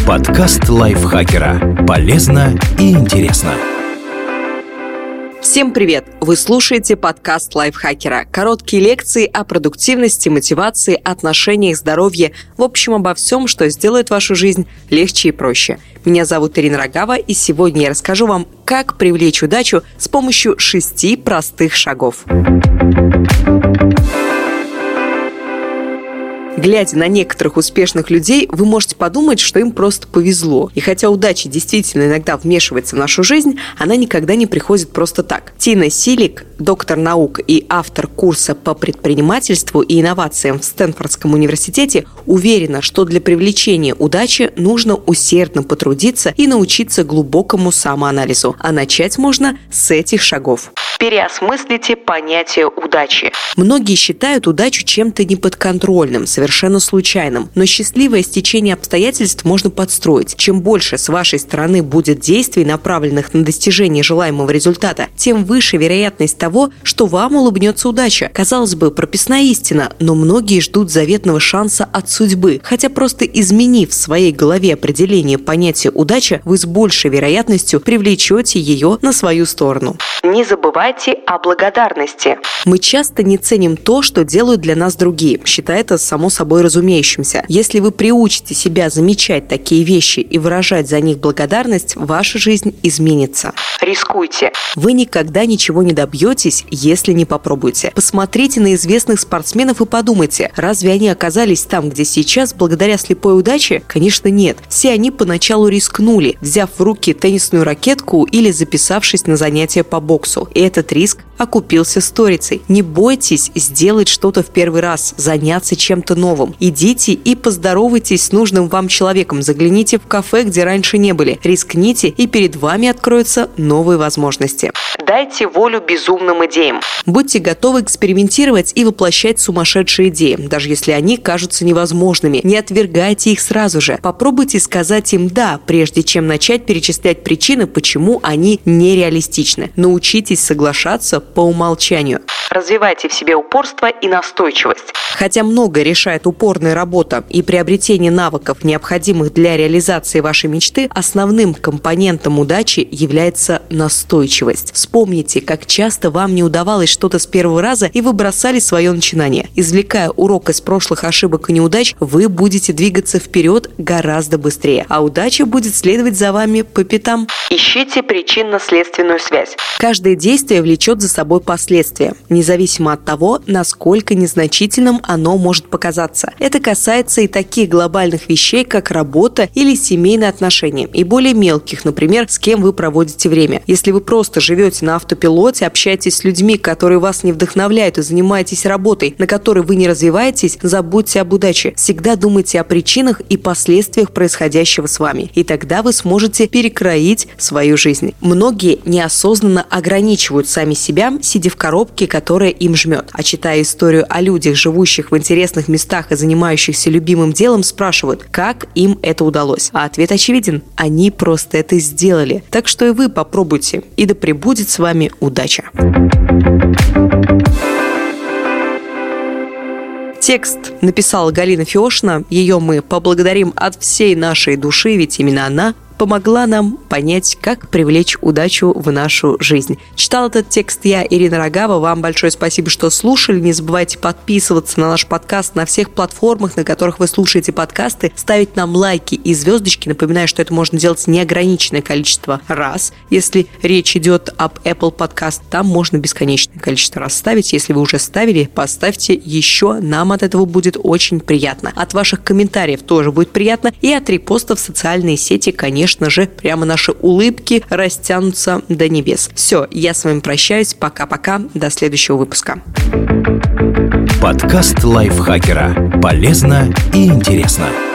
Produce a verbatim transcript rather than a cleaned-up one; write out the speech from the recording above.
Подкаст лайфхакера. Полезно и интересно. Всем привет! Вы слушаете подкаст лайфхакера. Короткие лекции о продуктивности, мотивации, отношениях, здоровье. В общем, обо всем, что сделает вашу жизнь легче и проще. Меня зовут Ирина Рогава, и сегодня я расскажу вам, как привлечь удачу с помощью шести простых шагов. Глядя на некоторых успешных людей, вы можете подумать, что им просто повезло. И хотя удача действительно иногда вмешивается в нашу жизнь, она никогда не приходит просто так. Тина Силик, доктор наук и автор курса по предпринимательству и инновациям в Стэнфордском университете, уверена, что для привлечения удачи нужно усердно потрудиться и научиться глубокому самоанализу. А начать можно с этих шагов. Переосмыслите понятие удачи. Многие считают удачу чем-то неподконтрольным, совершенно случайным. Но счастливое стечение обстоятельств можно подстроить. Чем больше с вашей стороны будет действий, направленных на достижение желаемого результата, тем выше вероятность того, что вам улыбнется удача. Казалось бы, прописная истина, но многие ждут заветного шанса от судьбы. Хотя просто изменив в своей голове определение понятия удача, вы с большей вероятностью привлечете ее на свою сторону. Не забывайте о благодарности. Мы часто не ценим то, что делают для нас другие, считая это само собой разумеющимся. Если вы приучите себя замечать такие вещи и выражать за них благодарность, ваша жизнь изменится. Рискуйте. Вы никогда ничего не добьетесь, если не попробуете. Посмотрите на известных спортсменов и подумайте, разве они оказались там, где сейчас, благодаря слепой удаче? Конечно, нет. Все они поначалу рискнули, взяв в руки теннисную ракетку или записавшись на занятия по боксу. И этот риск окупился сторицей. Не бойтесь сделать что-то в первый раз, заняться чем-то новым. Идите и поздоровайтесь с нужным вам человеком, загляните в кафе, где раньше не были. Рискните, и перед вами откроются новые возможности. Дайте волю безумным идеям. Будьте готовы экспериментировать и воплощать сумасшедшие идеи, даже если они кажутся невозможными. Не отвергайте их сразу же. Попробуйте сказать им «да», прежде чем начать перечислять причины, почему они нереалистичны. Научитесь соглашаться по умолчанию. Развивайте в себе упорство и настойчивость. Хотя многое решает упорная работа и приобретение навыков, необходимых для реализации вашей мечты, основным компонентом удачи является настойчивость. Вспомните, как часто вам не удавалось что-то с первого раза, и вы бросали свое начинание. Извлекая урок из прошлых ошибок и неудач, вы будете двигаться вперед гораздо быстрее, а удача будет следовать за вами по пятам. Ищите причинно-следственную связь. Каждое действие влечет за собой последствия, независимо от того, насколько незначительным оно может показаться. Это касается и таких глобальных вещей, как работа или семейные отношения, и более мелких, например, с кем вы проводите время. Если вы просто живете на автопилоте, общаетесь с людьми, которые вас не вдохновляют, и занимаетесь работой, на которой вы не развиваетесь, забудьте об удаче. Всегда думайте о причинах и последствиях происходящего с вами, и тогда вы сможете перекроить свою жизнь. Многие неосознанно ограничивают сами себя, сидя в коробке, которая им жмет. А читая историю о людях, живущих в интересных местах и занимающихся любимым делом, спрашивают, как им это удалось. А ответ очевиден. Они просто это сделали. Так что и вы попробуйте. И да пребудет с вами удача. Текст написала Галина Фиошина. Ее мы поблагодарим от всей нашей души, ведь именно она помогла нам понять, как привлечь удачу в нашу жизнь. Читал этот текст я, Ирина Рогава. Вам большое спасибо, что слушали. Не забывайте подписываться на наш подкаст на всех платформах, на которых вы слушаете подкасты, ставить нам лайки и звездочки. Напоминаю, что это можно делать неограниченное количество раз. Если речь идет об Apple Podcast, там можно бесконечное количество раз ставить. Если вы уже ставили, поставьте еще. Нам от этого будет очень приятно. От ваших комментариев тоже будет приятно. И от репостов в социальные сети, конечно же, прямо наши улыбки растянутся до небес. Все, я с вами прощаюсь. Пока-пока. До следующего выпуска. Подкаст лайфхакера. Полезно и интересно.